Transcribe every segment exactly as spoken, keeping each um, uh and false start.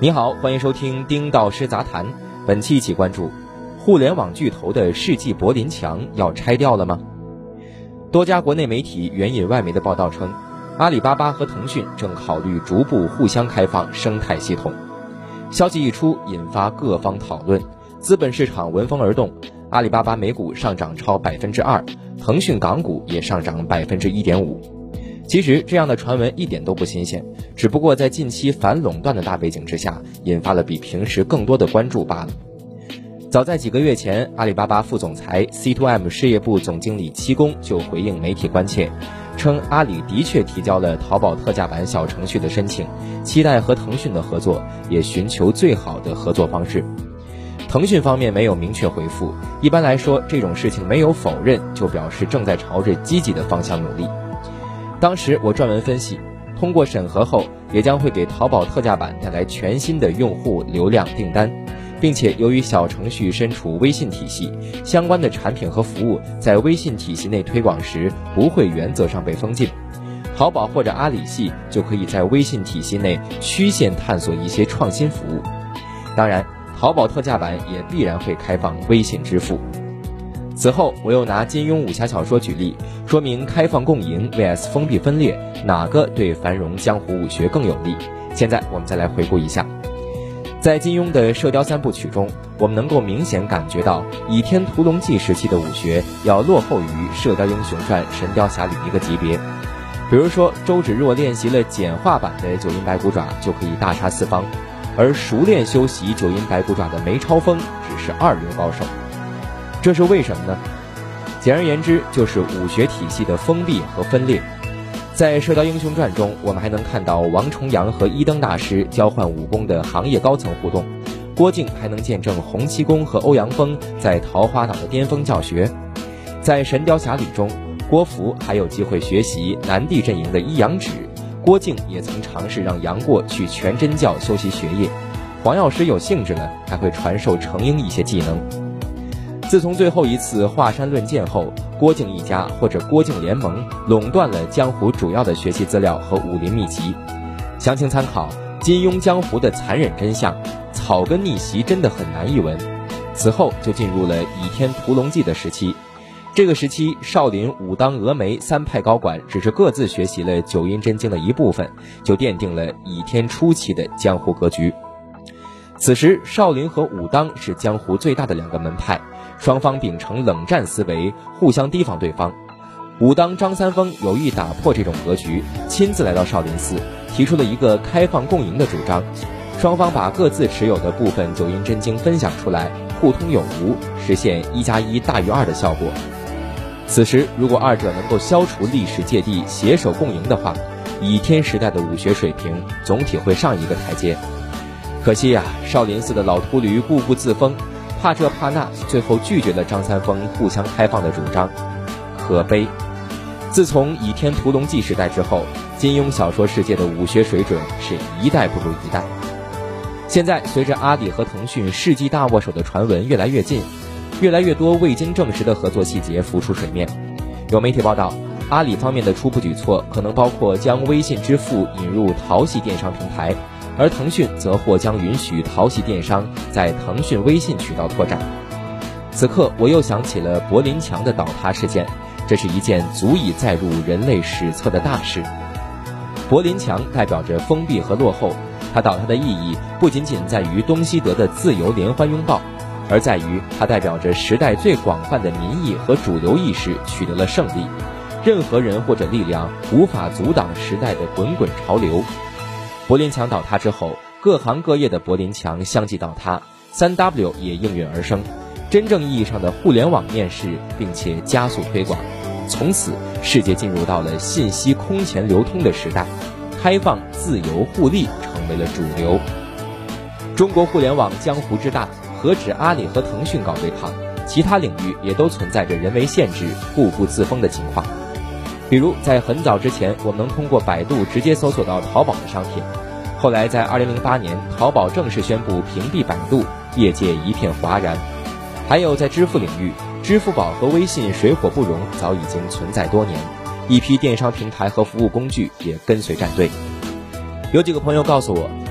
你好，欢迎收听丁道师杂谈。本期一起关注互联网巨头的世纪柏林墙要拆掉了吗？多家国内媒体援引外媒的报道称，阿里巴巴和腾讯正考虑逐步互相开放生态系统。消息一出，引发各方讨论，资本市场闻风而动，阿里巴巴美股上涨超百分之二，腾讯港股也上涨百分之一点五。其实这样的传闻一点都不新鲜，只不过在近期反垄断的大背景之下，引发了比平时更多的关注罢了。早在几个月前，阿里巴巴副总裁 C to M 事业部总经理戚工就回应媒体关切，称阿里的确提交了淘宝特价版小程序的申请，期待和腾讯的合作，也寻求最好的合作方式。腾讯方面没有明确回复，一般来说这种事情没有否认，就表示正在朝着积极的方向努力。当时我专门分析，通过审核后也将会给淘宝特价版带来全新的用户流量订单，并且由于小程序身处微信体系，相关的产品和服务在微信体系内推广时不会原则上被封禁，淘宝或者阿里系就可以在微信体系内曲线探索一些创新服务。当然，淘宝特价版也必然会开放微信支付。此后我又拿金庸武侠小说举例，说明开放共赢 vs 封闭分裂哪个对繁荣江湖武学更有利。现在我们再来回顾一下，在金庸的射雕三部曲中，我们能够明显感觉到倚天屠龙记时期的武学要落后于射雕英雄传神雕侠侣一个级别。比如说周芷若练习了简化版的九阴白骨爪就可以大杀四方，而熟练修习九阴白骨爪的梅超风只是二流高手。这是为什么呢？简而言之，就是武学体系的封闭和分裂。在《射雕英雄传》中，我们还能看到王重阳和一灯大师交换武功的行业高层互动，郭靖还能见证洪七公和欧阳锋在桃花岛的巅峰教学。在《神雕侠侣》中，郭芙还有机会学习南帝阵营的一阳指，郭靖也曾尝试让杨过去全真教修习学业，黄药师有兴致了，还会传授程婴一些技能。自从最后一次华山论剑后，郭靖一家或者郭靖联盟垄断了江湖主要的学习资料和武林秘籍。详情参考金庸江湖的残忍真相，草根逆袭真的很难一文。此后就进入了倚天屠龙记的时期，这个时期少林、武当、峨眉三派高管只是各自学习了九阴真经的一部分，就奠定了倚天初期的江湖格局。此时少林和武当是江湖最大的两个门派，双方秉承冷战思维，互相提防对方。武当张三丰有意打破这种格局，亲自来到少林寺，提出了一个开放共赢的主张。双方把各自持有的部分九阴真经分享出来，互通有无，实现一加一大于二的效果。此时如果二者能够消除历史芥蒂，携手共赢的话，倚天时代的武学水平总体会上一个台阶。可惜呀、啊，少林寺的老秃驴固步自封，怕这怕那，最后拒绝了张三丰互相开放的主张，可悲。自从倚天屠龙记时代之后，金庸小说世界的武学水准是一代不如一代。现在随着阿里和腾讯世纪大握手的传闻越来越近，越来越多未经证实的合作细节浮出水面。有媒体报道，阿里方面的初步举措可能包括将微信支付引入淘系电商平台，而腾讯则或将允许淘系电商在腾讯微信渠道拓展。此刻我又想起了柏林墙的倒塌事件，这是一件足以载入人类史册的大事。柏林墙代表着封闭和落后，它倒塌的意义不仅仅在于东西德的自由联欢拥抱，而在于它代表着时代最广泛的民意和主流意识取得了胜利，任何人或者力量无法阻挡时代的滚滚潮流。柏林墙倒塌之后，各行各业的柏林墙相继倒塌， 三 W 也应运而生，真正意义上的互联网面世，并且加速推广。从此世界进入到了信息空前流通的时代，开放、自由、互利成为了主流。中国互联网江湖之大，何止阿里和腾讯搞对抗，其他领域也都存在着人为限制、固步自封的情况。比如在很早之前，我们能通过百度直接搜索到淘宝的商品，后来在二零零八年淘宝正式宣布屏蔽百度，业界一片哗然。还有在支付领域，支付宝和微信水火不容早已经存在多年，一批电商平台和服务工具也跟随站队。有几个朋友告诉我，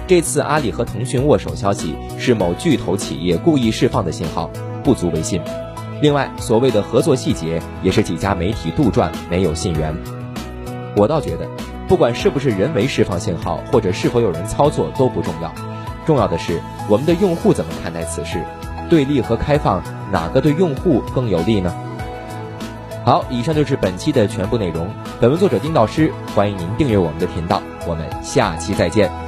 这次阿里和腾讯握手消息是某巨头企业故意释放的信号，不足为信。另外，所谓的合作细节也是几家媒体杜撰，没有信源。我倒觉得，不管是不是人为释放信号，或者是否有人操作都不重要，重要的是我们的用户怎么看待此事，对立和开放哪个对用户更有利呢？好，以上就是本期的全部内容。本文作者丁导师，欢迎您订阅我们的频道，我们下期再见。